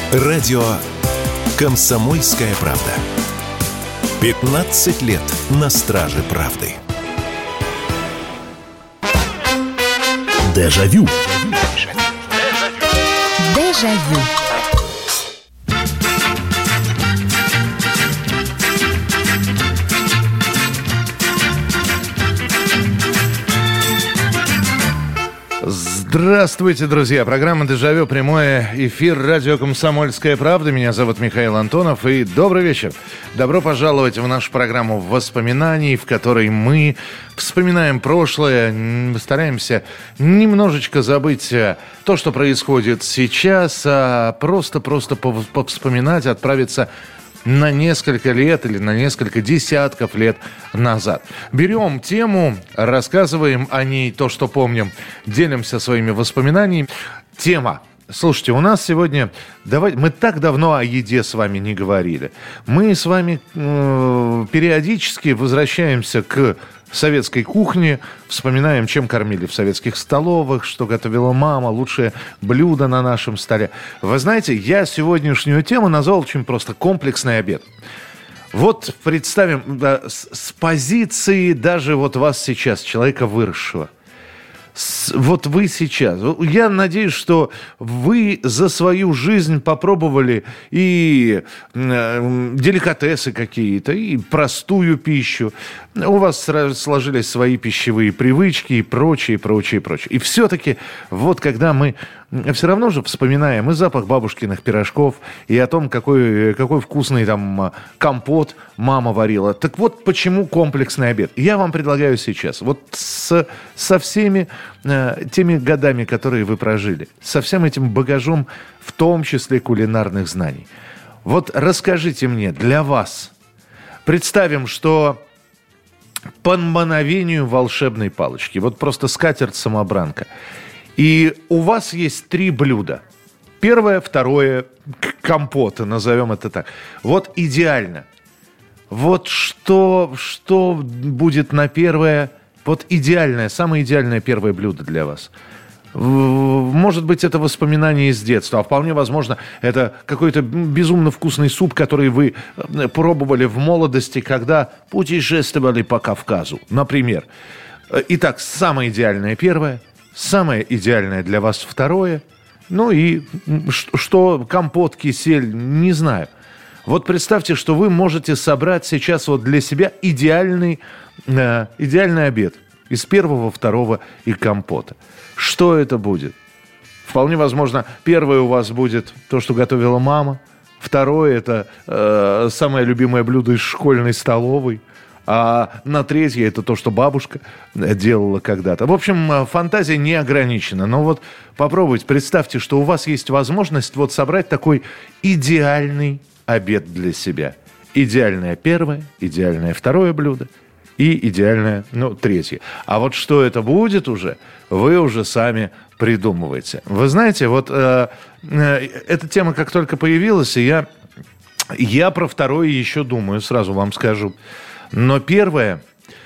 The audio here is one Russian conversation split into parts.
Радио «Комсомольская правда». 15 лет на страже правды. Дежавю. Дежавю. Здравствуйте, друзья. Программа «Дежавю», прямой эфир радио «Комсомольская правда». Меня зовут Михаил Антонов. И добрый вечер. Добро пожаловать в нашу программу воспоминаний, в которой мы вспоминаем прошлое, стараемся немножечко забыть то, что происходит сейчас, а просто повспоминать, отправиться на несколько лет или на несколько десятков лет назад. Берем тему, рассказываем о ней то, что помним, делимся своими воспоминаниями. Тема. Слушайте, у нас сегодня... Мы так давно о еде с вами не говорили. Мы с вами периодически возвращаемся к советской кухне, вспоминаем, чем кормили в советских столовых, что готовила мама, лучшие блюда на нашем столе. Вы знаете, я сегодняшнюю тему назвал очень просто «комплексный обед». Вот представим, да, с позиции даже вот вас сейчас, человека выросшего. Вот вы сейчас. Я надеюсь, что вы за свою жизнь попробовали и деликатесы какие-то, и простую пищу. У вас сложились свои пищевые привычки и прочее. И все-таки вот когда мы все равно же вспоминаем и запах бабушкиных пирожков, и о том, какой вкусный там компот мама варила. Так вот, почему комплексный обед? Я вам предлагаю сейчас, вот со всеми теми годами, которые вы прожили, со всем этим багажом, в том числе кулинарных знаний. Вот расскажите мне, для вас, представим, что по мановению волшебной палочки, вот просто скатерть-самобранка, и у вас есть 3 блюда. Первое, второе, компоты, назовем это так. Вот идеально. Вот что будет на первое, вот идеальное, самое идеальное первое блюдо для вас. Может быть, это воспоминание из детства, а вполне возможно, это какой-то безумно вкусный суп, который вы пробовали в молодости, когда путешествовали по Кавказу, например. Итак, самое идеальное первое. Самое идеальное для вас второе. Ну и что компот, кисель, не знаю. Вот представьте, что вы можете собрать сейчас вот для себя идеальный обед из первого, второго и компота. Что это будет? Вполне возможно, первое у вас будет то, что готовила мама. Второе – это самое любимое блюдо из школьной столовой. А на третье это то, что бабушка делала когда-то. В общем, фантазия не ограничена. Но вот попробуйте, представьте, что у вас есть возможность вот собрать такой идеальный обед для себя. Идеальное первое, идеальное второе блюдо и идеальное, третье. А вот что это будет уже, вы уже сами придумываете. Вы знаете, вот эта тема как только появилась, и я про второе еще думаю, сразу вам скажу. Но первое,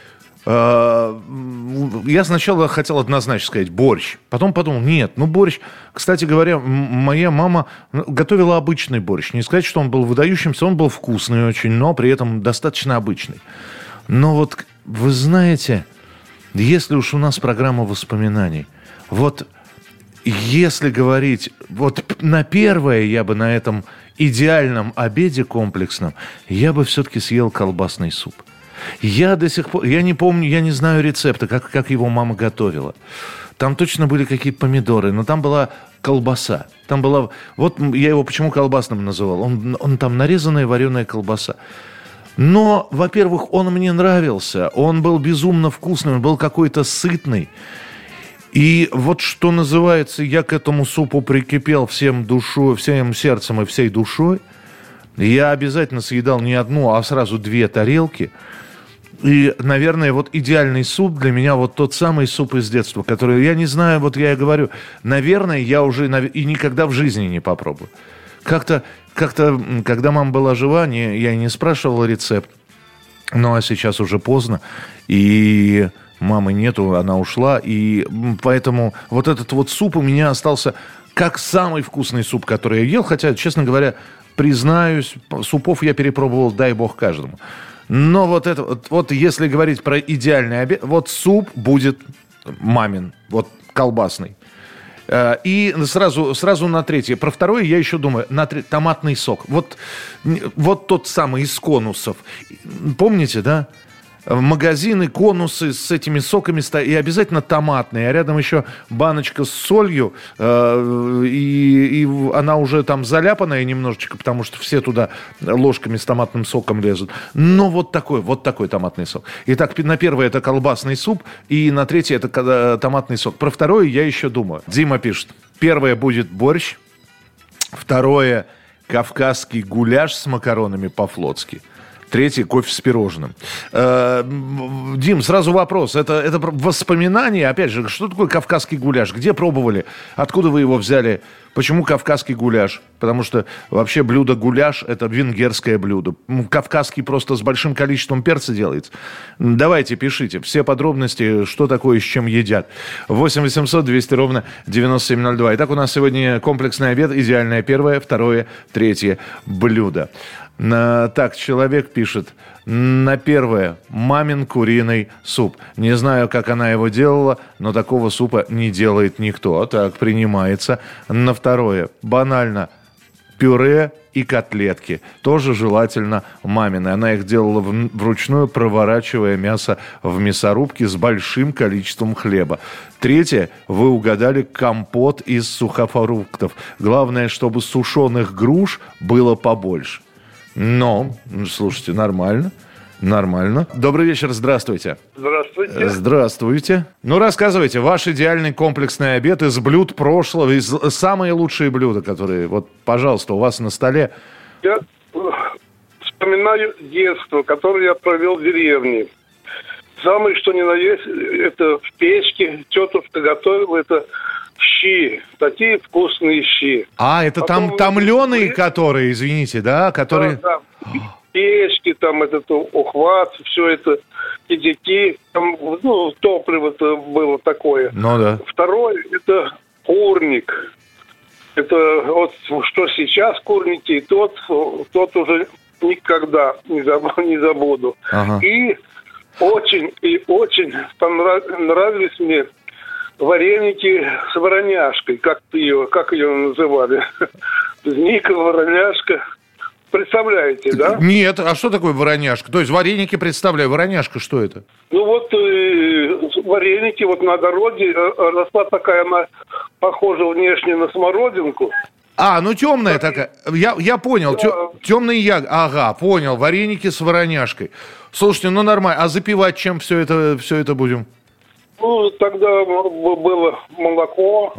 я сначала хотел однозначно сказать борщ. Потом подумал, нет, борщ, кстати говоря, моя мама готовила обычный борщ. Не сказать, что он был выдающимся, он был вкусный очень, но при этом достаточно обычный. Но вот вы знаете, если уж у нас программа воспоминаний, вот если говорить, вот на первое я бы на этом идеальном обеде комплексном, я бы все-таки съел колбасный суп. Я до сих пор, я не помню, я не знаю рецепта, как его мама готовила. Там точно были какие-то помидоры, но там была колбаса. Там была, вот я его почему колбасным называл, он там нарезанная вареная колбаса. Но, во-первых, он мне нравился, он был безумно вкусный, он был какой-то сытный. И вот что называется, я к этому супу прикипел всем сердцем и всей душой. Я обязательно съедал не одну, а сразу 2 тарелки. И, наверное, вот идеальный суп для меня вот тот самый суп из детства, который, я не знаю, вот я и говорю, наверное, я уже и никогда в жизни не попробую. Как-то, когда мама была жива, я не спрашивал рецепт, ну а сейчас уже поздно, и Мамы нету, она ушла. И поэтому вот этот вот суп у меня остался как самый вкусный суп, который я ел. Хотя, честно говоря, признаюсь, супов я перепробовал, дай бог, каждому. Но вот это вот если говорить про идеальный обед, вот суп будет мамин, вот колбасный. И сразу на третье. Про второе я еще думаю. Томатный сок. Вот тот самый из конусов. Помните, да? Магазины, конусы с этими соками и обязательно томатные. А рядом еще баночка с солью. И она уже там заляпанная немножечко, потому что все туда ложками с томатным соком лезут. Но вот такой томатный сок. Итак, на первое это колбасный суп, и на третье это томатный сок. Про второе я еще думаю. Дима пишет. Первое будет борщ. Второе кавказский гуляш с макаронами по-флотски. Третий – кофе с пирожным. Дим, сразу вопрос. Это воспоминания? Опять же, что такое кавказский гуляш? Где пробовали? Откуда вы его взяли? Почему кавказский гуляш? Потому что вообще блюдо гуляш – это венгерское блюдо. Кавказский просто с большим количеством перца делается. Давайте, пишите. Все подробности, что такое и с чем едят. 8 800 200 ровно 9702. Итак, у нас сегодня комплексный обед. Идеальное первое, второе, третье блюдо. Так, человек пишет. На первое мамин куриный суп. Не знаю, как она его делала, но такого супа не делает никто. Так, принимается. На второе банально пюре и котлетки. Тоже желательно мамины. Она их делала вручную, проворачивая мясо в мясорубке с большим количеством хлеба. Третье, вы угадали, компот из сухофруктов. Главное, чтобы сушеных груш было побольше. Но, слушайте, нормально. Добрый вечер, здравствуйте. Здравствуйте. Здравствуйте. Ну, рассказывайте, ваш идеальный комплексный обед из блюд прошлого, из самые лучшие блюда, которые, вот, пожалуйста, у вас на столе. Я вспоминаю детство, которое я провел в деревне. Самое, что ни на есть, это в печке тетушка готовила, это щи, такие вкусные щи. Это потом томленые, которые, извините, да, которые... Да. Печки, там этот ухват, все это, кидяки, там, топливо-то было такое. Ну да. Второе, это курник. Это вот что сейчас курники, тот уже никогда не забуду. Ага. И очень понравились мне вареники с вороняшкой, как ее называли. Ника, вороняшка. Представляете, да? Нет, а что такое вороняшка? То есть вареники представляю, вороняшка что это? Вареники вот на огороде росла такая, она похожа внешне на смородинку. Темная такая. Я понял. Да. Темные ягоды. Ага, понял. Вареники с вороняшкой. Слушайте, нормально. А запивать чем все это будем? Тогда было молоко,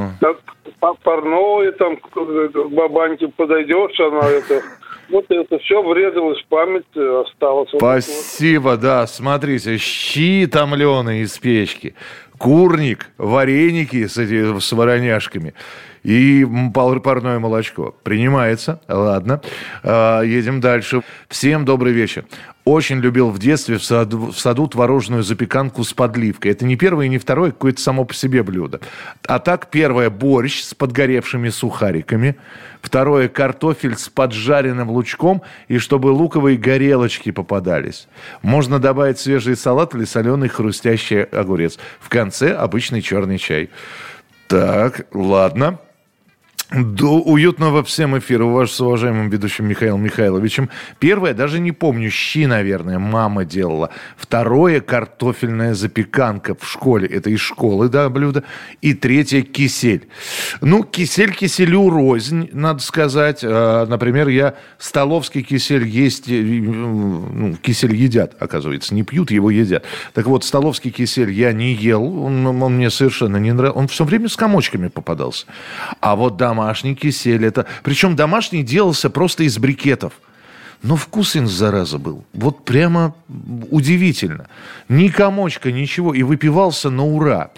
парное, там к бабаньке подойдешь, она это... Вот это все врезалось в память, осталось. Спасибо, да. Смотрите, щи томленые из печки, курник, вареники с вороняшками и парное молочко. Принимается. Ладно. Едем дальше. Всем добрый вечер. Очень любил в детстве в саду творожную запеканку с подливкой. Это не первое и не второе, какое-то само по себе блюдо. А так, первое – борщ с подгоревшими сухариками. Второе – картофель с поджаренным лучком, и чтобы луковые горелочки попадались. Можно добавить свежий салат или соленый хрустящий огурец. В конце – обычный черный чай. Так, ладно. До уютного всем эфира, с уважаемым ведущим Михаилом Михайловичем. Первое, даже не помню, щи, наверное, мама делала. Второе, картофельная запеканка в школе. Это из школы, да, блюдо. И третье, кисель. Кисель киселю рознь, надо сказать. Например, я столовский кисель есть... кисель едят, оказывается. Не пьют, его едят. Так вот, столовский кисель я не ел. Он мне совершенно не нравился. Он все время с комочками попадался. А вот домашний кисель это... Причем домашний делался просто из брикетов. Но вкус им, зараза, был. Вот прямо удивительно. Ни комочка, ничего. И выпивался на ура.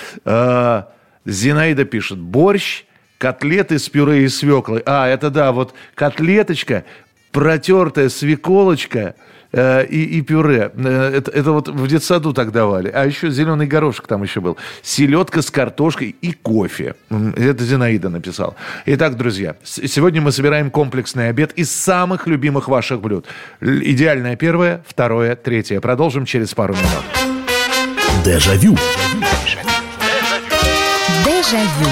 Зинаида пишет. Борщ, котлеты с пюре и свеклой. Это да, вот котлеточка, протертая свеколочка и пюре. Это вот в детсаду так давали. А еще зеленый горошек там еще был. Селедка с картошкой и кофе. Это Зинаида написала. Итак, друзья, сегодня мы собираем комплексный обед из самых любимых ваших блюд. Идеальное первое, второе, третье. Продолжим через пару минут. Дежавю. Дежавю.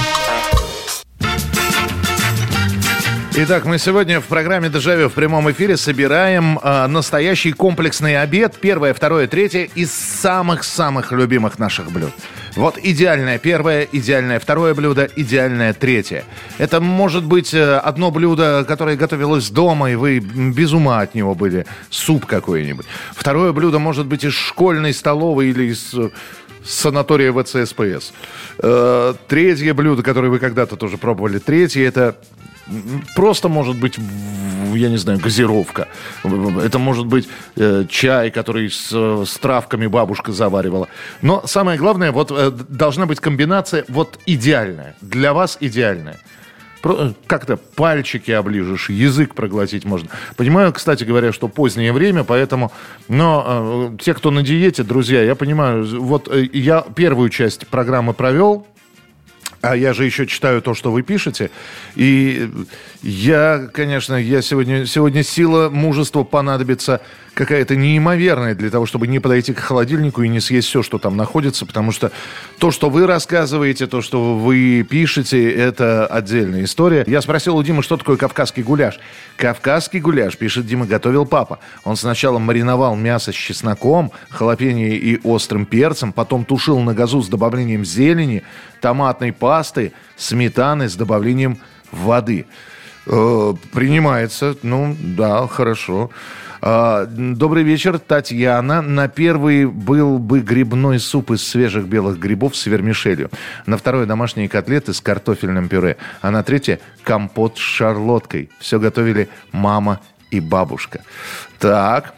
Итак, мы сегодня в программе «Дежавю» в прямом эфире собираем настоящий комплексный обед. Первое, второе, третье из самых-самых любимых наших блюд. Вот идеальное первое, идеальное второе блюдо, идеальное третье. Это может быть одно блюдо, которое готовилось дома, и вы без ума от него были. Суп какой-нибудь. Второе блюдо может быть из школьной столовой или из санатория ВЦСПС. Третье блюдо, которое вы когда-то тоже пробовали. Третье — это просто может быть, я не знаю, газировка. Это может быть чай, который с травками бабушка заваривала. Но самое главное, вот должна быть комбинация вот идеальная. Для вас идеальная. Как-то пальчики оближешь, язык проглотить можно. Понимаю, кстати говоря, что позднее время, поэтому... Но те, кто на диете, друзья, я понимаю, вот я первую часть программы провел, а я же еще читаю то, что вы пишете. И я, конечно, сегодня сила мужества понадобится какая-то неимоверная для того, чтобы не подойти к холодильнику и не съесть все, что там находится. Потому что то, что вы рассказываете, то, что вы пишете, это отдельная история. Я спросил у Димы, что такое кавказский гуляш. Кавказский гуляш, пишет Дима, готовил папа. Он сначала мариновал мясо с чесноком, халапеньо и острым перцем, потом тушил на газу с добавлением зелени, томатной пасты, сметаны с добавлением воды. Принимается. Ну, да, хорошо. Добрый вечер, Татьяна. На первый был бы грибной суп из свежих белых грибов с вермишелью. На второе домашние котлеты с картофельным пюре. А на третье компот с шарлоткой. Все готовили мама и бабушка. Так.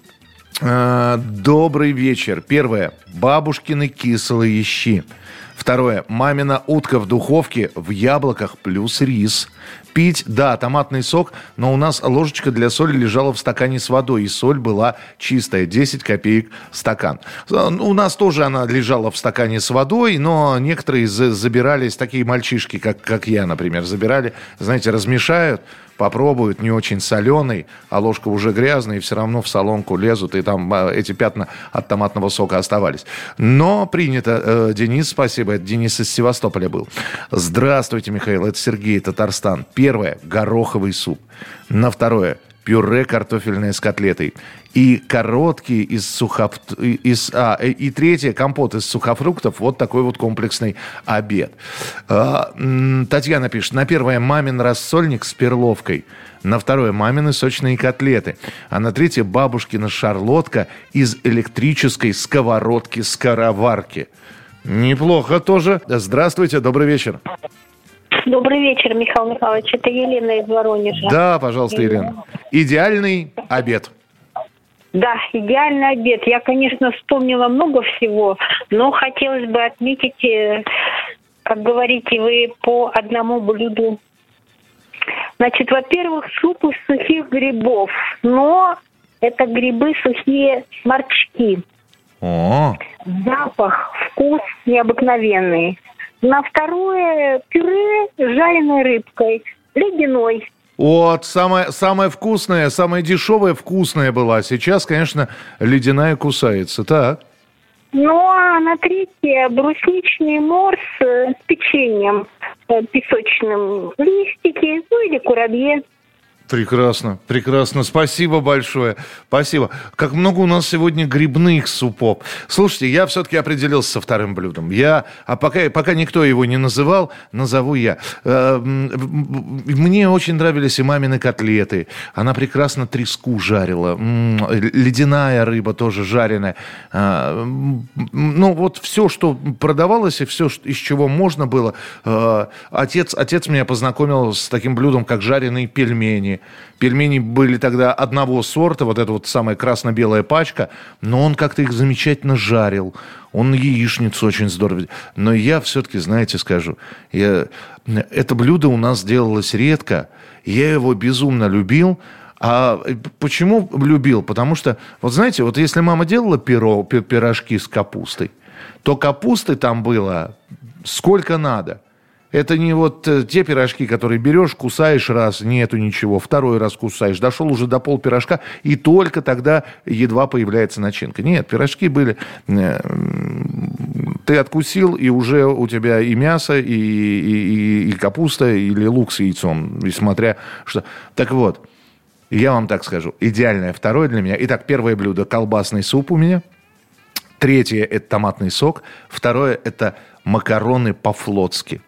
Добрый вечер. Первое. Бабушкины кислые щи. Второе. Мамина утка в духовке в яблоках плюс рис. Пить, да, томатный сок, но у нас ложечка для соли лежала в стакане с водой, и соль была чистая, 10 копеек стакан. У нас тоже она лежала в стакане с водой, но некоторые забирались, такие мальчишки, как я, например, забирали, знаете, размешают, попробуют, не очень соленый, а ложка уже грязная, и все равно в солонку лезут, и там эти пятна от томатного сока оставались. Но принято. Денис, спасибо, это Денис из Севастополя был. Здравствуйте, Михаил, это Сергей, Татарстан. Первое – гороховый суп. На второе – пюре картофельное с котлетой. И короткий и третье – компот из сухофруктов. Вот такой вот комплексный обед. Татьяна пишет. На первое – мамин рассольник с перловкой. На второе – мамины сочные котлеты. А на третье – бабушкина шарлотка из электрической сковородки-скороварки. Неплохо тоже. Здравствуйте, добрый вечер. Добрый вечер, Михаил Михайлович. Это Елена из Воронежа. Да, пожалуйста, Елена. Идеальный обед. Да, идеальный обед. Я, конечно, вспомнила много всего, но хотелось бы отметить, как говорите вы, по одному блюду. Значит, во-первых, суп из сухих грибов, но это грибы сухие сморчки. Запах, вкус необыкновенный. На второе пюре с жареной рыбкой, ледяной. Вот, самое вкусное, самое дешевое вкусное была. Сейчас, конечно, ледяная кусается. Так. Ну, а на третье брусничный морс с печеньем песочным, листики, ну или курабье. Прекрасно, прекрасно. Спасибо большое. Спасибо. Как много у нас сегодня грибных супов. Слушайте, я все-таки определился со вторым блюдом. Пока никто его не называл, назову я. Мне очень нравились и мамины котлеты. Она прекрасно треску жарила. Ледяная рыба тоже жареная. Ну, вот все, что продавалось, и все, из чего можно было. Отец меня познакомил с таким блюдом, как жареные пельмени. Пельмени были тогда одного сорта, вот эта вот самая красно-белая пачка, но он как-то их замечательно жарил. Он яичницу очень здорово. Но я все-таки, знаете, скажу, это блюдо у нас делалось редко, я его безумно любил, А почему любил? Потому что, вот знаете, вот если мама делала пирожки с капустой, то капусты там было сколько надо. Это не вот те пирожки, которые берешь, кусаешь раз, нету ничего, второй раз кусаешь, дошел уже до пол пирожка, и только тогда едва появляется начинка. Нет, пирожки были... Ты откусил, и уже у тебя и мясо, и капуста, или лук с яйцом, и смотря что... Так вот, я вам так скажу, идеальное второе для меня. Итак, первое блюдо – колбасный суп у меня. Третье – это томатный сок. Второе – это макароны по-флотски.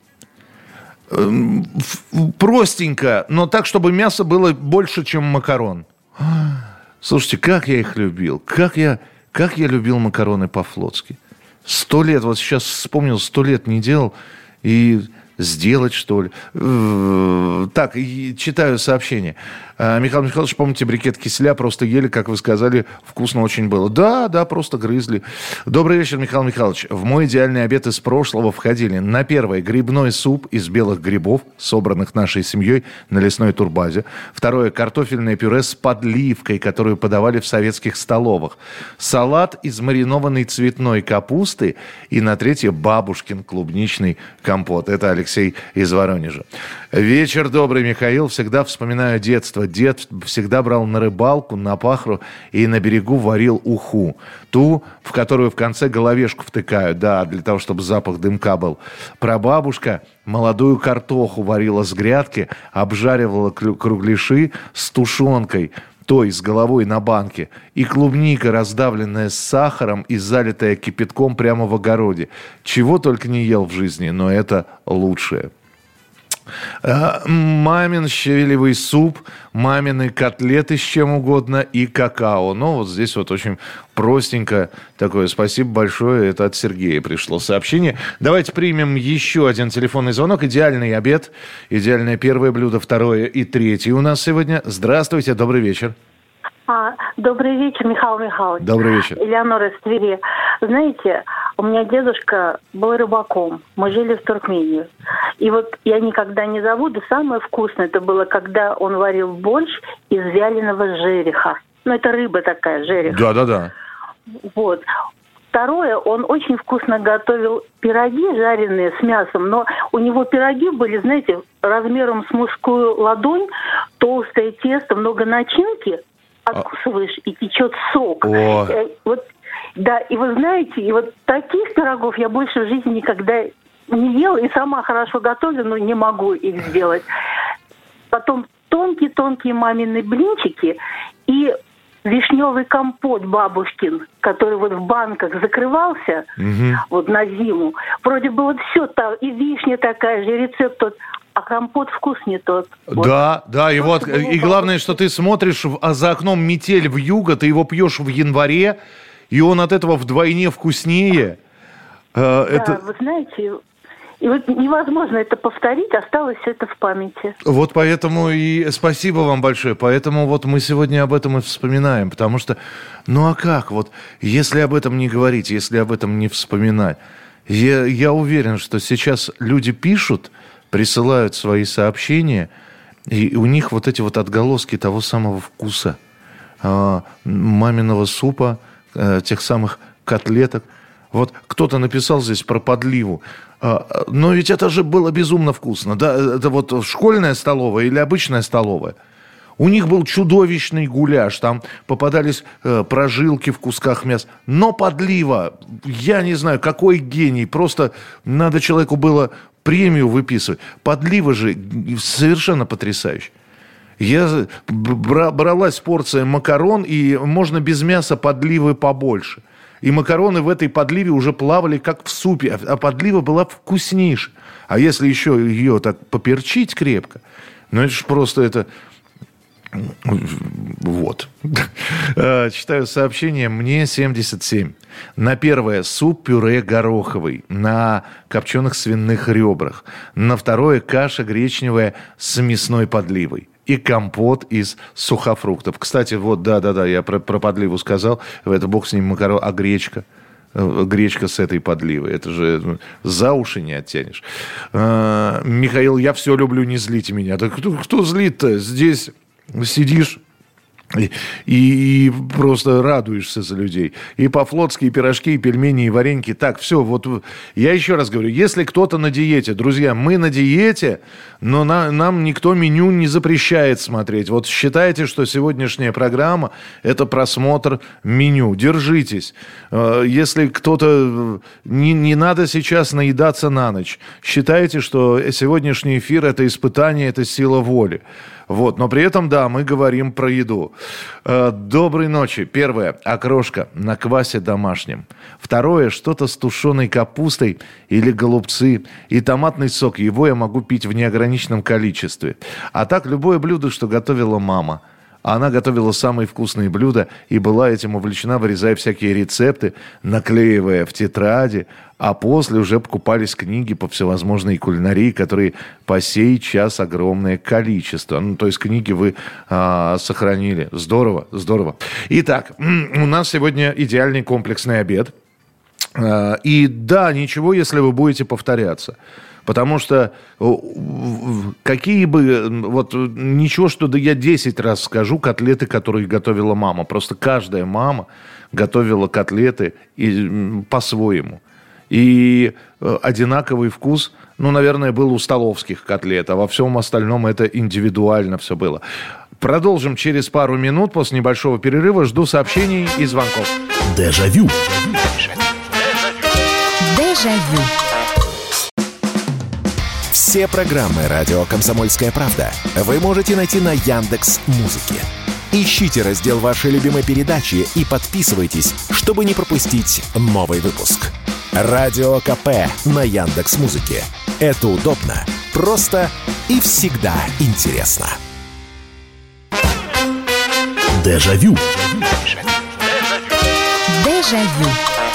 Простенько, но так, чтобы мясо было больше, чем макарон. Слушайте, как я их любил. Как я любил макароны по-флотски. 100 лет, вот сейчас вспомнил, 100 лет не делал. И сделать, что ли. Так, читаю сообщение. Михаил Михайлович, помните, брикет киселя просто ели, как вы сказали, вкусно очень было. Да, просто грызли. Добрый вечер, Михаил Михайлович. В мой идеальный обед из прошлого входили на первое грибной суп из белых грибов, собранных нашей семьей на лесной турбазе. Второе картофельное пюре с подливкой, которую подавали в советских столовых. Салат из маринованной цветной капусты. И на третье бабушкин клубничный компот. Это Алексей из Воронежа. Вечер добрый, Михаил. Всегда вспоминаю детство. Дед всегда брал на рыбалку, на пахру и на берегу варил уху. Ту, в которую в конце головешку втыкают, да, для того, чтобы запах дымка был. Прабабушка молодую картоху варила с грядки, обжаривала кругляши с тушенкой, той с головой на банке, и клубника, раздавленная с сахаром и залитая кипятком прямо в огороде. Чего только не ел в жизни, но это лучшее. Мамин щавелевый суп, мамины котлеты с чем угодно и какао. Ну, вот здесь вот очень простенько такое. Спасибо большое. Это от Сергея пришло сообщение. Давайте примем еще один телефонный звонок. Идеальный обед. Идеальное первое блюдо, второе и третье у нас сегодня. Здравствуйте, добрый вечер. Добрый вечер, Михаил Михайлович. Добрый вечер. Элеонора из Твери. Знаете, у меня дедушка был рыбаком. Мы жили в Туркмении. И вот я никогда не забуду, самое вкусное это было, когда он варил борщ из вяленого жереха. Ну, это рыба такая, жерех. Да. Вот. Второе, он очень вкусно готовил пироги жареные с мясом, но у него пироги были, знаете, размером с мужскую ладонь, толстое тесто, много начинки, откусываешь, и течет сок. Вот, да, и вы знаете, и вот таких пирогов я больше в жизни никогда не ела, и сама хорошо готовлю, но не могу их сделать. Потом тонкие мамины блинчики и вишневый компот бабушкин, который вот в банках закрывался вот на зиму. Вроде бы вот все там, и вишня такая же, и рецепт тот, а компот вкус не тот. Да, и вот, и главное, что ты смотришь, за окном метель вьюга, ты его пьешь в январе, и он от этого вдвойне вкуснее. Да, вы знаете, и вот невозможно это повторить, осталось все это в памяти. Вот поэтому и спасибо вам большое. Поэтому вот мы сегодня об этом и вспоминаем. Потому что, ну а как? Вот если об этом не говорить, если об этом не вспоминать. Я уверен, что сейчас люди пишут, присылают свои сообщения, и у них вот эти вот отголоски того самого вкуса. Маминого супа, тех самых котлеток. Вот кто-то написал здесь про подливу. Но ведь это же было безумно вкусно. Да? Это вот школьная столовая или обычная столовая. У них был чудовищный гуляш. Там попадались прожилки в кусках мяса. Но подлива, я не знаю, какой гений. Просто надо человеку было премию выписывать. Подлива же совершенно потрясающая. Бралась порция макарон, и можно без мяса подливы побольше. И макароны в этой подливе уже плавали, как в супе. А подлива была вкуснейшая. А если еще ее так поперчить крепко, ну это же просто это... Вот. Читаю сообщение. Мне 77. На первое суп-пюре гороховый. На копченых свиных ребрах. На второе каша гречневая с мясной подливой. И компот из сухофруктов. Кстати, вот, да, я про подливу сказал. Это бог с ним макарон. А гречка? Гречка с этой подливой. Это же за уши не оттянешь. Михаил, я все люблю, не злите меня. Да кто злит-то? Здесь сидишь, И просто радуешься за людей. И по-флотски, и пирожки, и пельмени, и вареньки. Так, все, вот я еще раз говорю, если кто-то на диете, друзья, мы на диете, но нам никто меню не запрещает смотреть. Вот считайте, что сегодняшняя программа – это просмотр меню. Держитесь. Если кто-то... Не надо сейчас наедаться на ночь. Считайте, что сегодняшний эфир – это испытание, это сила воли. Вот, но при этом, да, мы говорим про еду. Доброй ночи. Первое – окрошка на квасе домашнем. Второе – что-то с тушеной капустой или голубцы. И томатный сок. Его я могу пить в неограниченном количестве. А так, любое блюдо, что готовила мама. Она готовила самые вкусные блюда и была этим увлечена, вырезая всякие рецепты, наклеивая в тетради, а после уже покупались книги по всевозможной кулинарии, которые по сей час огромное количество. Ну, то есть книги вы сохранили. Здорово, здорово. Итак, у нас сегодня идеальный комплексный обед. И да, ничего, если вы будете повторяться. Потому что какие бы... Вот ничего, что да я 10 раз скажу, котлеты, которые готовила мама. Просто каждая мама готовила котлеты по-своему. И одинаковый вкус, ну, наверное, был у столовских котлет. А во всем остальном это индивидуально все было. Продолжим через пару минут после небольшого перерыва. Жду сообщений и звонков. Дежавю. Дежавю. Все программы «Радио Комсомольская правда» вы можете найти на Яндекс.Музыке. Ищите раздел вашей любимой передачи и подписывайтесь, чтобы не пропустить новый выпуск. Радио КП на Яндекс.Музыке. Это удобно, просто и всегда интересно. Дежавю. Дежавю.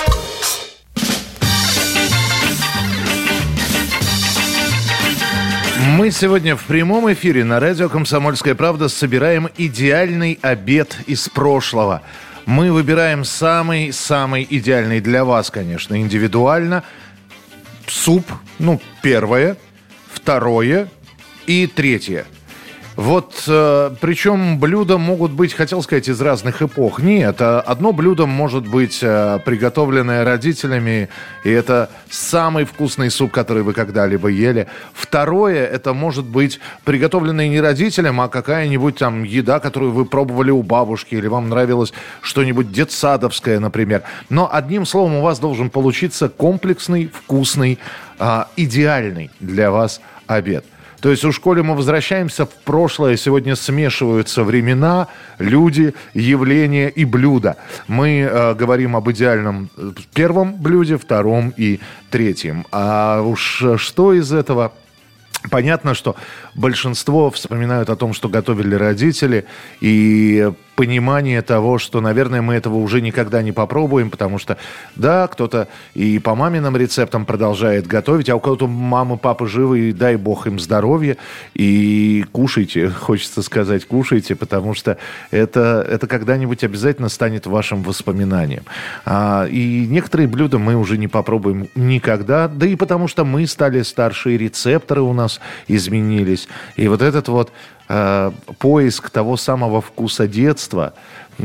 Мы сегодня в прямом эфире на радио «Комсомольская правда» собираем идеальный обед из прошлого. Мы выбираем самый идеальный для вас, конечно, индивидуально. Суп, первое, второе и третье. Вот, причем блюда могут быть, хотел сказать, из разных эпох. Нет, одно блюдо может быть приготовленное родителями, и это самый вкусный суп, который вы когда-либо ели. Второе, это может быть приготовленное не родителям, а какая-нибудь там еда, которую вы пробовали у бабушки, или вам нравилось что-нибудь детсадовское, например. Но одним словом, у вас должен получиться комплексный, вкусный, идеальный для вас обед. То есть в школе мы возвращаемся в прошлое, сегодня смешиваются времена, люди, явления и блюда. Мы говорим об идеальном первом блюде, втором и третьем. А уж что из этого? Понятно, что большинство вспоминают о том, что готовили родители, и понимание того, что, наверное, мы этого уже никогда не попробуем, потому что, да, кто-то и по маминым рецептам продолжает готовить, а у кого-то мамы, папы живы, и дай бог им здоровья, и кушайте, хочется сказать, кушайте, потому что это когда-нибудь обязательно станет вашим воспоминанием. И некоторые блюда мы уже не попробуем никогда, да и потому что мы стали старше, и рецепторы у нас изменились, и вот этот вот поиск того самого вкуса детства,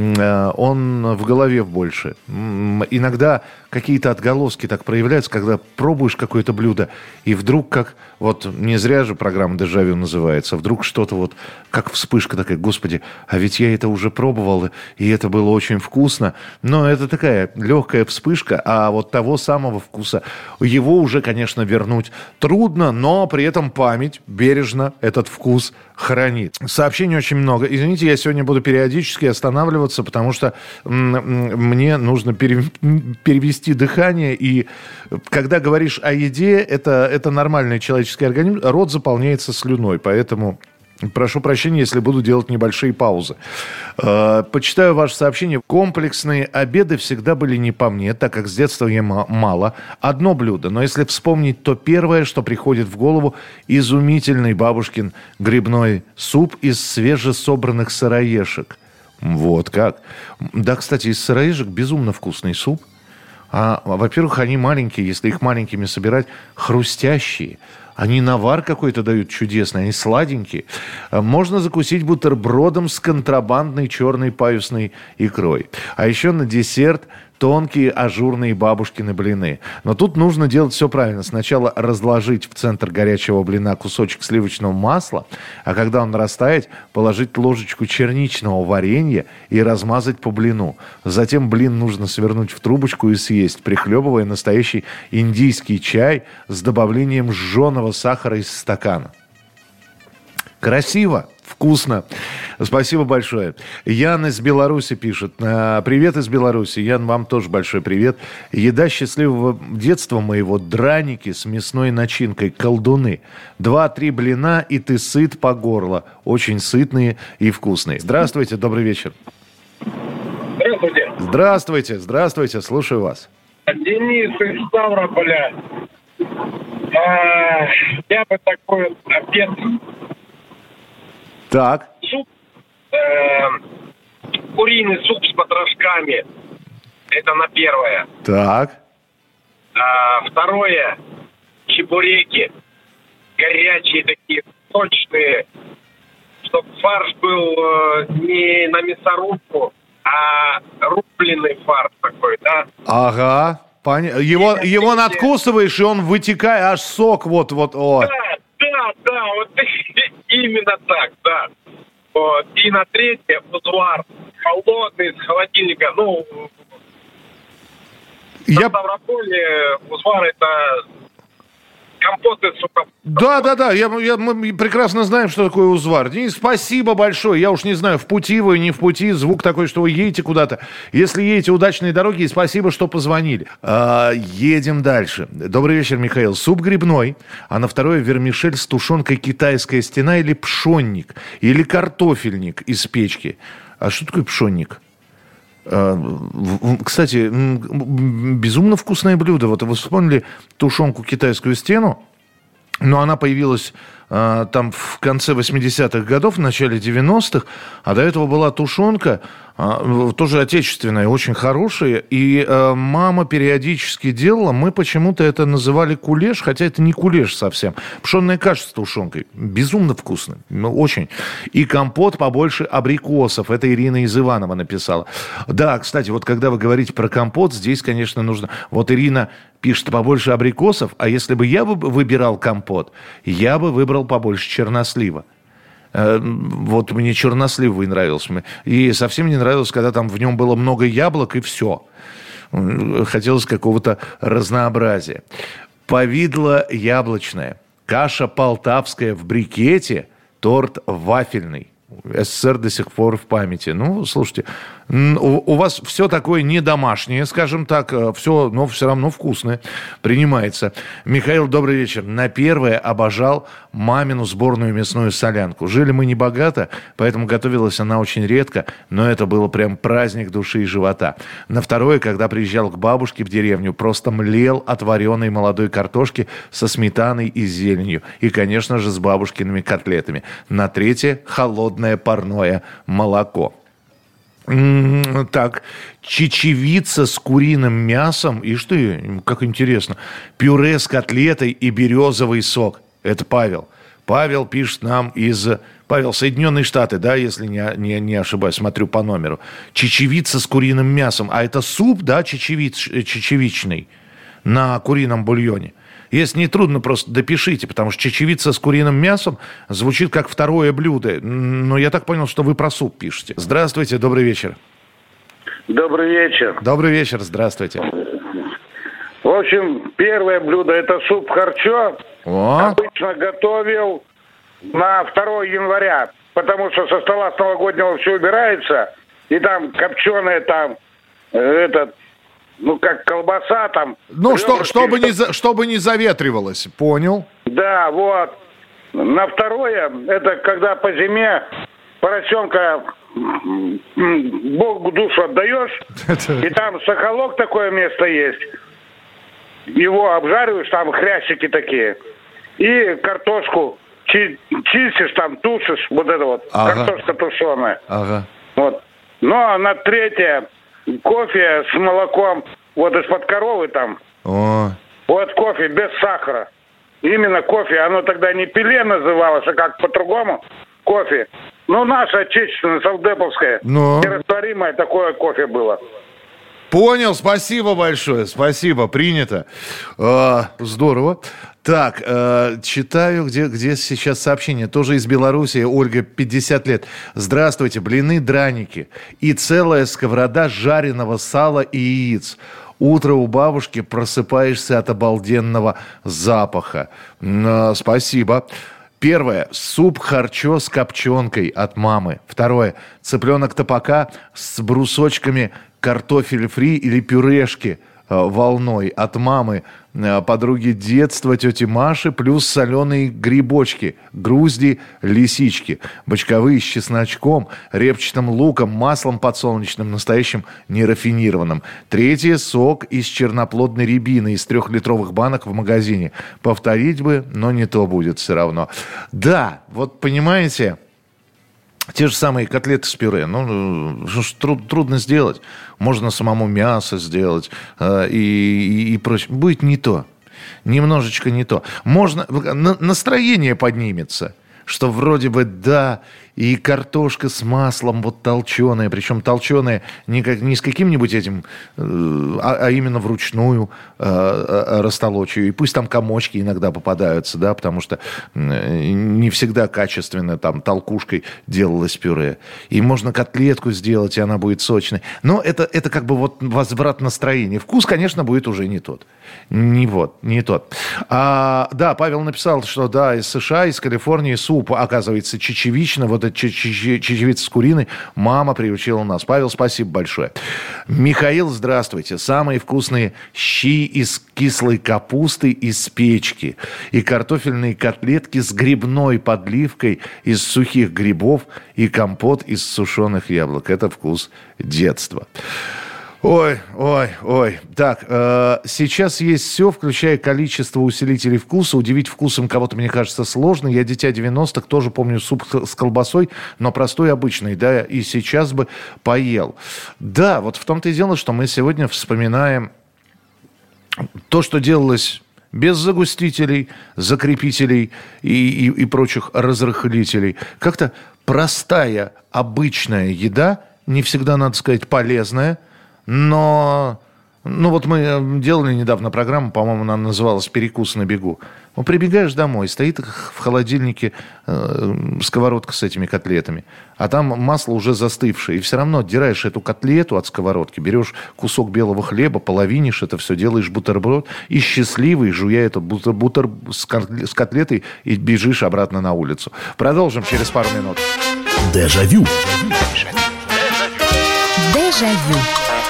он в голове больше. Иногда какие-то отголоски так проявляются, когда пробуешь какое-то блюдо, и вдруг как... Вот не зря же программа «Дежавю» называется. Вдруг что-то вот, как вспышка такая, господи, а ведь я это уже пробовал, и это было очень вкусно. Но это такая легкая вспышка, а вот того самого вкуса, его уже, конечно, вернуть трудно, но при этом память бережно этот вкус хранит. Сообщений очень много. Извините, я сегодня буду периодически останавливаться, потому что мне нужно перевести дыхание. И когда говоришь о еде, это нормальный человеческий организм, рот заполняется слюной. Поэтому прошу прощения, если буду делать небольшие паузы. Почитаю ваше сообщение. Комплексные обеды всегда были не по мне, так как с детства ем мало. Одно блюдо, но если вспомнить, то первое, что приходит в голову, изумительный бабушкин грибной суп из свежесобранных сыроежек. Вот как. Да, кстати, из сыроежек безумно вкусный суп. Во-первых, они маленькие, если их маленькими собирать, хрустящие. Они навар какой-то дают чудесный, они сладенькие. Можно закусить бутербродом с контрабандной черной паюсной икрой. А еще на десерт тонкие ажурные бабушкины блины. Но тут нужно делать все правильно. Сначала разложить в центр горячего блина кусочек сливочного масла, а когда он растает, положить ложечку черничного варенья и размазать по блину. Затем блин нужно свернуть в трубочку и съесть, прихлебывая настоящий индийский чай с добавлением жженого сахара из стакана. Красиво, вкусно. Спасибо большое. Ян из Беларуси пишет. Привет из Беларуси. Ян, вам тоже большой привет. Еда счастливого детства моего. Драники с мясной начинкой. Колдуны. 2-3 блина, и ты сыт по горло. Очень сытные и вкусные. Здравствуйте, добрый вечер. Здравствуйте. Здравствуйте, здравствуйте. Слушаю вас. Денис из Ставрополя. Я бы такой обед... Так. Суп, куриный суп с потрошками. Это на первое. Так. Второе, чебуреки. Горячие такие, сочные. Чтобы фарш был не на мясорубку, а рубленый фарш такой, да? Ага. Его надкусываешь, и он вытекает, аж сок вот-вот. О. Да, вот именно так, да. Вот. И на третье узвар холодный, с холодильника. Ну, в Ставрополе узвар это компот из сухофруктов. Да, мы прекрасно знаем, что такое узвар. Денис, спасибо большое. Я уж не знаю, в пути вы, не в пути. Звук такой, что вы едете куда-то. Если едете, удачной дороги, и спасибо, что позвонили. Едем дальше. Добрый вечер, Михаил. Суп грибной, а на второе вермишель с тушенкой «Китайская стена» или пшенник, или картофельник из печки. А что такое пшенник? Кстати, безумно вкусное блюдо. Вот вы вспомнили тушенку «Китайскую стену», но она появилась там в конце 80-х годов, в начале 90-х, а до этого была тушенка, тоже отечественная, очень хорошая, и мама периодически делала, мы почему-то это называли кулеш, хотя это не кулеш совсем, пшенная каша с тушенкой, безумно вкусно, очень. И компот побольше абрикосов, это Ирина из Иванова написала. Да, кстати, вот когда вы говорите про компот, здесь, конечно, нужно, вот Ирина пишет побольше абрикосов, а если бы я выбирал компот, я бы выбрал побольше чернослива. Вот мне черносливый нравился. И совсем не нравилось, когда там в нем было много яблок и все. Хотелось какого-то разнообразия. Повидло яблочное, каша полтавская в брикете, торт вафельный. СССР до сих пор в памяти. Ну, слушайте, у вас все такое не домашнее, скажем так, все, но все равно вкусное, принимается. Михаил, добрый вечер. На первое обожал мамину сборную мясную солянку. Жили мы не богато, поэтому готовилась она очень редко, но это было прям праздник души и живота. На второе, когда приезжал к бабушке в деревню, просто млел от вареной молодой картошки со сметаной и зеленью. И, конечно же, с бабушкиными котлетами. На третье, холодное парное молоко. Так, чечевица с куриным мясом. И что, как интересно, пюре с котлетой и березовый сок. Это Павел. Павел пишет нам из... Павел, Соединенные Штаты, да, если не ошибаюсь, смотрю по номеру. Чечевица с куриным мясом. А это суп, да, чечевичный на курином бульоне. Если не трудно, просто допишите, потому что чечевица с куриным мясом звучит как второе блюдо. Но я так понял, что вы про суп пишете. Здравствуйте, добрый вечер. Добрый вечер. Добрый вечер, здравствуйте. В общем, первое блюдо – это суп харчо. Обычно готовил на 2 января, потому что со стола с новогоднего все убирается, и там копченое, там как колбаса там. Ну, чтобы не заветривалось, понял. Да, вот. На второе, это когда по зиме поросенка Богу душу отдаешь, и там соколок такое место есть. Его обжариваешь, там хрящики такие. И картошку чистишь, там тушишь, вот это вот, картошка тушеная. Ага. Вот. Но на третье кофе с молоком, вот из-под коровы там. О. Вот кофе без сахара. Именно кофе. Оно тогда не пиле называлось, а как по-другому. Кофе. Ну, наше отечественное, совдеповское. Нерастворимое такое кофе было. Понял, спасибо большое, спасибо, принято. Здорово. Так, читаю, где сейчас сообщение. Тоже из Беларуси, Ольга, 50 лет. Здравствуйте, блины, драники и целая сковорода жареного сала и яиц. Утро у бабушки, просыпаешься от обалденного запаха. Спасибо. Первое. Суп харчо с копченкой от мамы. Второе. Цыпленок топака с брусочками картофель фри или пюрешки волной от мамы, подруги детства тети Маши, плюс соленые грибочки, грузди, лисички, бочковые с чесночком, репчатым луком, маслом подсолнечным, настоящим нерафинированным. Третье – сок из черноплодной рябины из 3-литровых банок в магазине. Повторить бы, но не то будет все равно. Да, вот понимаете... Те же самые котлеты с пюре. Трудно сделать. Можно самому мясо сделать и прочее. Будет не то. Немножечко не то. Можно... Настроение поднимется. Что вроде бы, да, и картошка с маслом вот толченая. Причем толченая не с каким-нибудь этим, а именно вручную растолочь. И пусть там комочки иногда попадаются, да, потому что не всегда качественно там толкушкой делалось пюре. И можно котлетку сделать, и она будет сочной. Но это как бы вот возврат настроения. Вкус, конечно, будет уже не тот. Не тот. Да, Павел написал, что да, из США, из Калифорнии суп, оказывается, чечевичный. Вот эта чечевица с куриной мама приучила нас. Павел, спасибо большое. Михаил, здравствуйте. Самые вкусные щи из кислой капусты из печки. И картофельные котлетки с грибной подливкой из сухих грибов. И компот из сушеных яблок. Это вкус детства. Ой. Так, сейчас есть все, включая количество усилителей вкуса. Удивить вкусом кого-то, мне кажется, сложно. Я дитя 90-х, тоже помню суп с колбасой, но простой, обычный, да, и сейчас бы поел. Да, вот в том-то и дело, что мы сегодня вспоминаем то, что делалось без загустителей, закрепителей и прочих разрыхлителей. Как-то простая, обычная еда, не всегда, надо сказать, полезная, но вот мы делали недавно программу, по-моему, она называлась «Перекус на бегу». Ну, прибегаешь домой, стоит в холодильнике сковородка с этими котлетами, а там масло уже застывшее, и все равно отдираешь эту котлету от сковородки, берешь кусок белого хлеба, половинишь это все, делаешь бутерброд, и счастливый, жуя этот бутер с котлетой, и бежишь обратно на улицу. Продолжим через пару минут. Дежавю. Дежавю.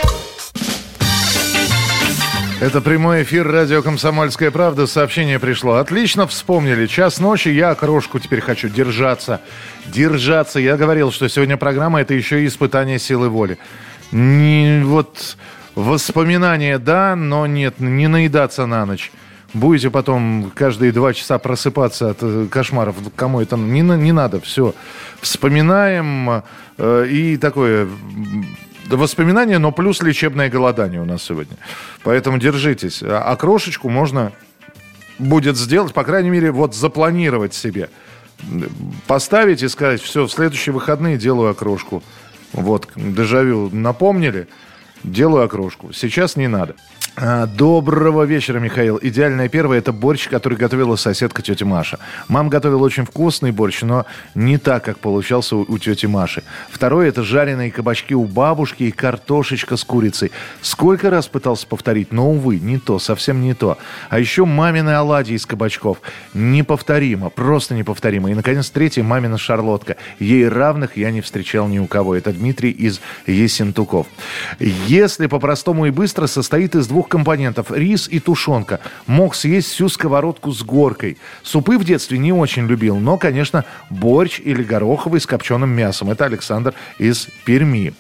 Это прямой эфир радио «Комсомольская правда». Сообщение пришло. Отлично вспомнили. Час ночи. Я окрошку теперь хочу. Держаться. Я говорил, что сегодня программа – это еще и испытание силы воли. Вот воспоминания, да, но нет, не наедаться на ночь. Будете потом каждые 2 часа просыпаться от кошмаров. Кому это не надо. Все. Вспоминаем. И такое... Воспоминания, но плюс лечебное голодание у нас сегодня. Поэтому держитесь. А крошечку можно будет сделать, по крайней мере, вот запланировать себе. Поставить и сказать, все, в следующие выходные делаю окрошку. Вот, дежавю напомнили, делаю окрошку. Сейчас не надо. Доброго вечера, Михаил. Идеальное первое – это борщ, который готовила соседка тетя Маша. Мама готовила очень вкусный борщ, но не так, как получался у тети Маши. Второе – это жареные кабачки у бабушки и картошечка с курицей. Сколько раз пытался повторить, но, увы, не то, совсем не то. А еще мамины оладьи из кабачков. Неповторимо, просто неповторимо. И, наконец, третье – мамина шарлотка. Ей равных я не встречал ни у кого. Это Дмитрий из Ессентуков. Если по-простому и быстро, состоит из 2 компонентов – рис и тушенка. Мог съесть всю сковородку с горкой. Супы в детстве не очень любил, но, конечно, борщ или гороховый с копченым мясом. Это Александр из Перми.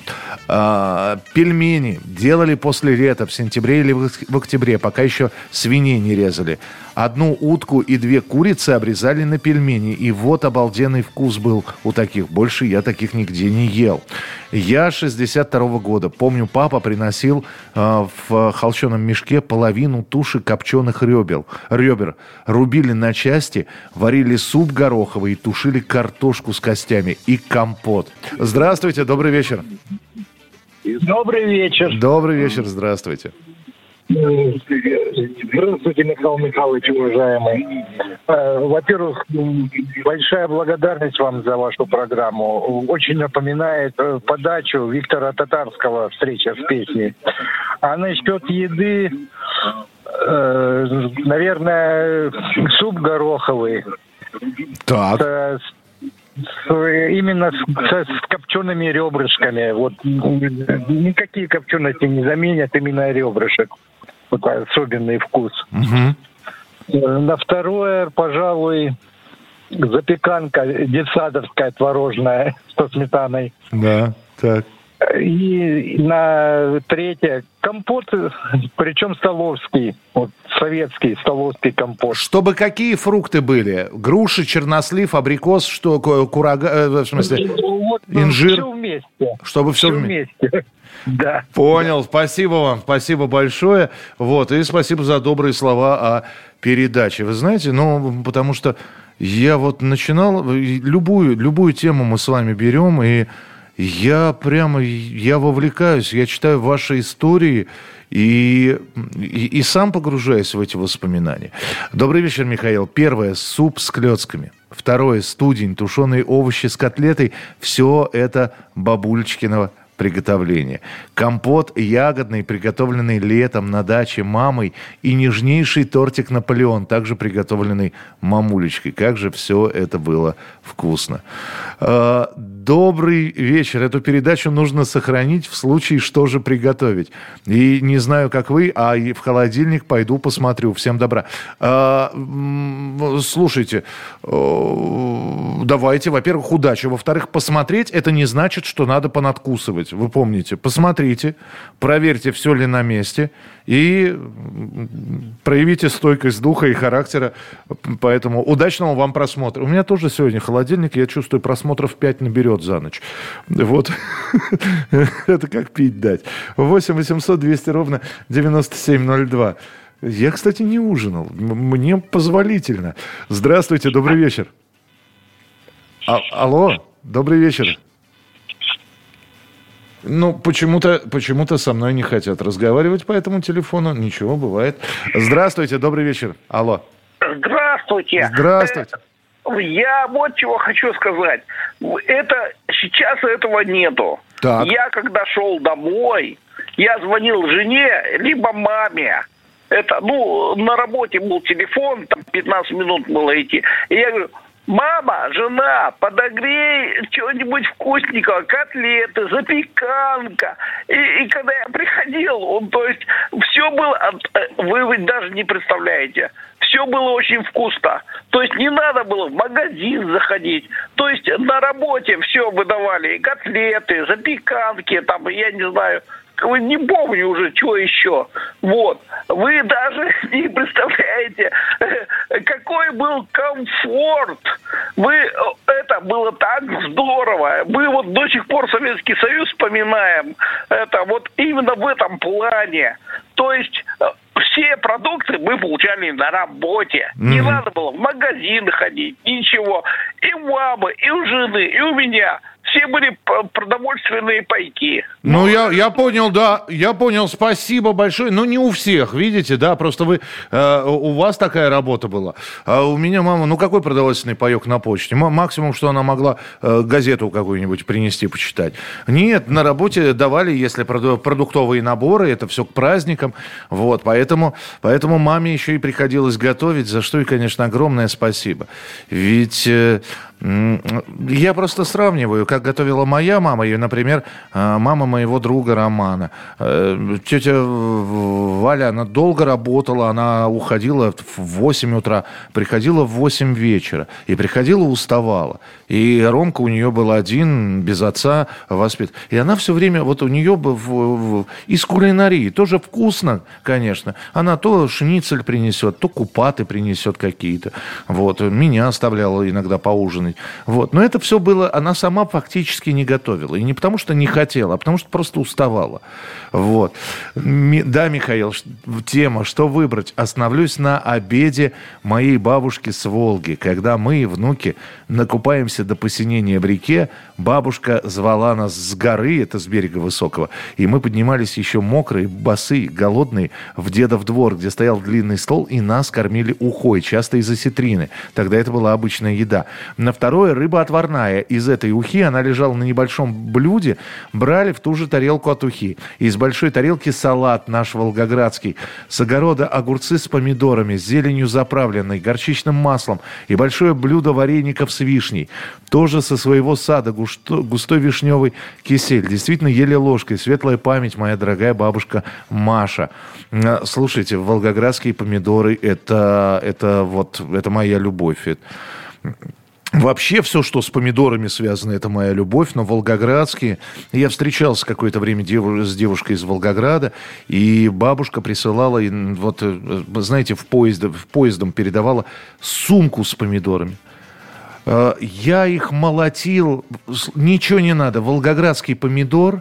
Пельмени делали после лета, в сентябре или в октябре, пока еще свиней не резали. Одну утку и 2 курицы обрезали на пельмени. И вот обалденный вкус был у таких. Больше я таких нигде не ел. Я 62-го года. Помню, папа приносил в холщеном мешке половину туши копченых ребер. Рубили на части, варили суп гороховый и тушили картошку с костями и компот. Здравствуйте, добрый вечер. Добрый вечер. Добрый вечер, здравствуйте. Здравствуйте, Михаил Михайлович, уважаемый. Во-первых, большая благодарность вам за вашу программу. Очень напоминает подачу Виктора Татарского «Встреча с песней». А насчет еды, наверное, суп гороховый. Так. Именно с копчеными ребрышками. Вот никакие копчености не заменят именно ребрышек. Вот особенный вкус. Угу. На второе, пожалуй, запеканка детсадовская творожная со сметаной. Да, так. И на третье компот, причем столовский, вот советский столовский компот. Чтобы какие фрукты были? Груши, чернослив, абрикос, что курага, в смысле, вот, инжир? Все вместе. Чтобы все вместе. Да. Понял, спасибо вам, спасибо большое. Вот, и спасибо за добрые слова о передаче. Вы знаете, потому что я вот начинал, любую тему мы с вами берем, и я вовлекаюсь, я читаю ваши истории и сам погружаюсь в эти воспоминания. Добрый вечер, Михаил. Первое – суп с клёцками. Второе – студень, тушеные овощи с котлетой. Все это бабулечкиного приготовления. Компот ягодный, приготовленный летом на даче мамой, и нежнейший тортик «Наполеон», также приготовленный мамулечкой. Как же все это было вкусно. Добрый вечер. Эту передачу нужно сохранить в случае, что же приготовить. И не знаю, как вы, а в холодильник пойду посмотрю. Всем добра. Слушайте, давайте, во-первых, удачи. Во-вторых, посмотреть, это не значит, что надо понадкусывать. Вы помните, посмотрите, проверьте, все ли на месте, и проявите стойкость духа и характера. Поэтому удачного вам просмотра. У меня тоже сегодня холодильник, я чувствую, просмотров 5 наберет за ночь. Вот. Это как пить дать. 8 800 200 ровно 9702. Я, кстати, не ужинал. Мне позволительно. Здравствуйте, добрый вечер. Алло, добрый вечер. Почему-то со мной не хотят разговаривать по этому телефону. Ничего, бывает. Здравствуйте, добрый вечер. Алло. Здравствуйте. Здравствуйте. Я вот чего хочу сказать. Сейчас этого нету. Так. Я когда шел домой, я звонил жене, либо маме. На работе был телефон, там 15 минут было идти. И я говорю: мама, жена, подогрей чего-нибудь вкусненького, котлеты, запеканка. И когда я приходил, все было, вы даже не представляете, все было очень вкусно. То есть не надо было в магазин заходить. То есть на работе все выдавали, и котлеты, запеканки, там, я не знаю, не помню уже, что еще. Вот. Вы даже не представляете, какой был комфорт. Это было так здорово. Мы вот до сих пор Советский Союз вспоминаем. Это вот именно в этом плане. То есть все продукты мы получали на работе. Mm-hmm. Не надо было в магазин ходить, ничего. И у мамы, и у жены, и у меня. Все были продовольственные пайки. Я понял, да. Я понял, спасибо большое. Не у всех, видите, да. Просто у вас такая работа была. А у меня мама, какой продовольственный паек на почте? Максимум, что она могла газету какую-нибудь принести, почитать. Нет, на работе давали, если продуктовые наборы, это все к праздникам. Вот, поэтому маме еще и приходилось готовить, за что ей, конечно, огромное спасибо. Ведь я просто сравниваю, как готовила моя мама, и, например, мама моего друга Романа. Тетя Валя, она долго работала, она уходила в 8 утра, приходила в 8 вечера. И приходила, уставала. И Ромка у нее был один, без отца, воспит. И она все время, вот у нее из кулинарии, тоже вкусно, конечно. Она то шницель принесет, то купаты принесет какие-то. Вот. Меня оставляла иногда поужинать. Вот. Но это все было, она сама фактически не готовила. И не потому, что не хотела, а потому, что просто уставала. Вот. Да, Михаил, тема, что выбрать? Остановлюсь на обеде моей бабушки с Волги. Когда мы, внуки, накупаемся до посинения в реке, бабушка звала нас с горы, это с берега высокого, и мы поднимались еще мокрые, босые, голодные, в дедов двор, где стоял длинный стол, и нас кормили ухой, часто из осетрины. Тогда это была обычная еда. На второе, рыба отварная. Из этой ухи, она лежала на небольшом блюде, брали в ту же тарелку от ухи. Из большой тарелки салат наш волгоградский. С огорода огурцы с помидорами, с зеленью заправленной, горчичным маслом и большое блюдо вареников с вишней. Тоже со своего сада густой вишневый кисель. Действительно, ели ложкой. Светлая память, моя дорогая бабушка Маша. Слушайте, волгоградские помидоры, это моя любовь. Вообще все, что с помидорами связано, это моя любовь, но волгоградские... Я встречался какое-то время с девушкой из Волгограда, и бабушка присылала, вот, знаете, поездом передавала сумку с помидорами. Я их молотил, ничего не надо. Волгоградский помидор,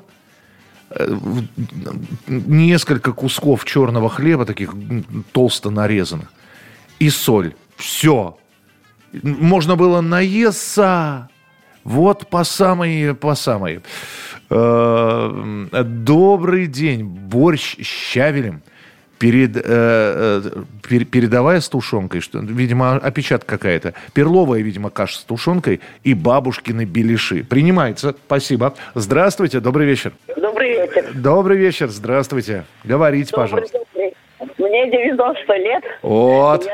несколько кусков черного хлеба, таких толсто нарезанных, и соль. Все. Можно было наесться. Вот по самой. Добрый день. Борщ с щавелем. Передовая с тушенкой, что, видимо, опечатка какая-то. Перловая, видимо, каша с тушенкой и бабушкины беляши. Принимается. Спасибо. Здравствуйте. Добрый вечер. Добрый вечер. Добрый вечер. Здравствуйте. Говорите, пожалуйста. Мне 90 лет. Вот.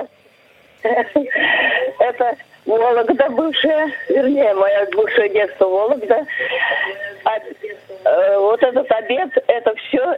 Это Вологда бывшая, вернее, мое бывшее детство Вологда. Вот этот обед, это все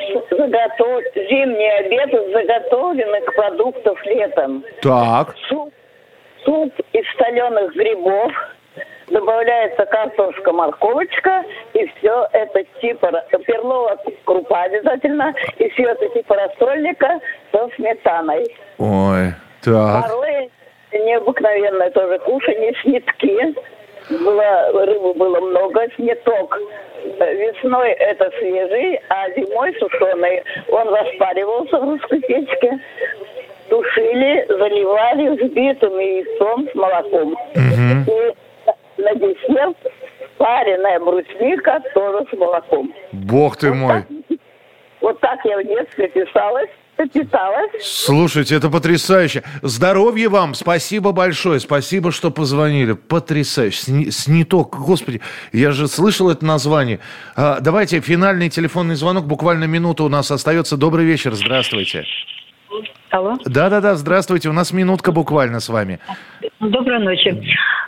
зимний обед из заготовленных продуктов летом. Так. Суп из соленых грибов, добавляется картошка, морковочка, и все это типа перловая крупа обязательно, и все это типа рассольника со сметаной. Ой, так. Второе необыкновенное тоже кушанье, снитки. Рыбы было много, сниток. Весной это свежий, а зимой сушеный. Он распаривался в русской печке. Тушили, заливали взбитым яйцом с молоком. И на десерт пареная брусника тоже с молоком. Бог ты мой. Вот так я в детстве питалась. Слушайте, это потрясающе. Здоровья вам, спасибо большое, спасибо, что позвонили. Потрясающе. Сниток, господи, я же слышал это название. Давайте финальный телефонный звонок, буквально минута у нас остается. Добрый вечер, здравствуйте. Алло. Да, здравствуйте, у нас минутка буквально с вами. Доброй ночи.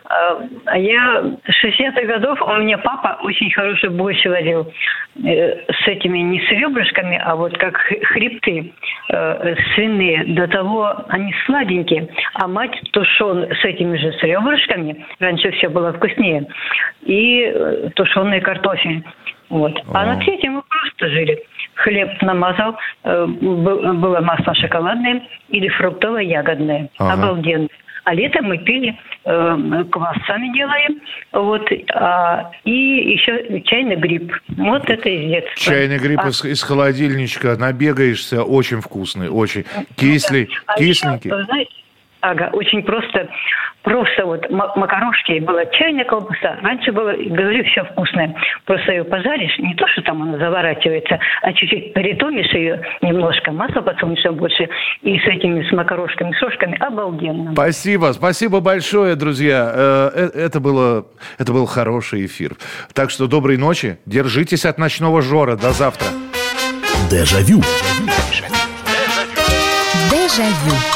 Я 60-х годов, у меня папа очень хороший борщ варил. С этими не с ребрышками, а вот как хребты свиные. До того они сладенькие. А мать тушен с этими же с ребрышками. Раньше все было вкуснее. И тушеный картофель. Вот. А на третьем мы просто жили. Хлеб намазал, было масло шоколадное или фруктово-ягодное. Обалденно. А летом мы пили, квас сами делаем, вот, и еще чайный гриб. Вот это из детства. Чайный гриб из холодильничка, набегаешься, очень вкусный, очень кисленький. Еще, знаете, очень просто вот макарошки, была чайная колбаса. Раньше было, говорю, все вкусное. Просто ее пожаришь, не то, что там она заворачивается, а чуть-чуть притомишь ее, немножко масла подсунешь больше, и с этими, с макарошками, с шошками обалденно. Спасибо большое, друзья. Это был хороший эфир. Так что доброй ночи, держитесь от ночного жора. До завтра. Дежавю. Дежавю.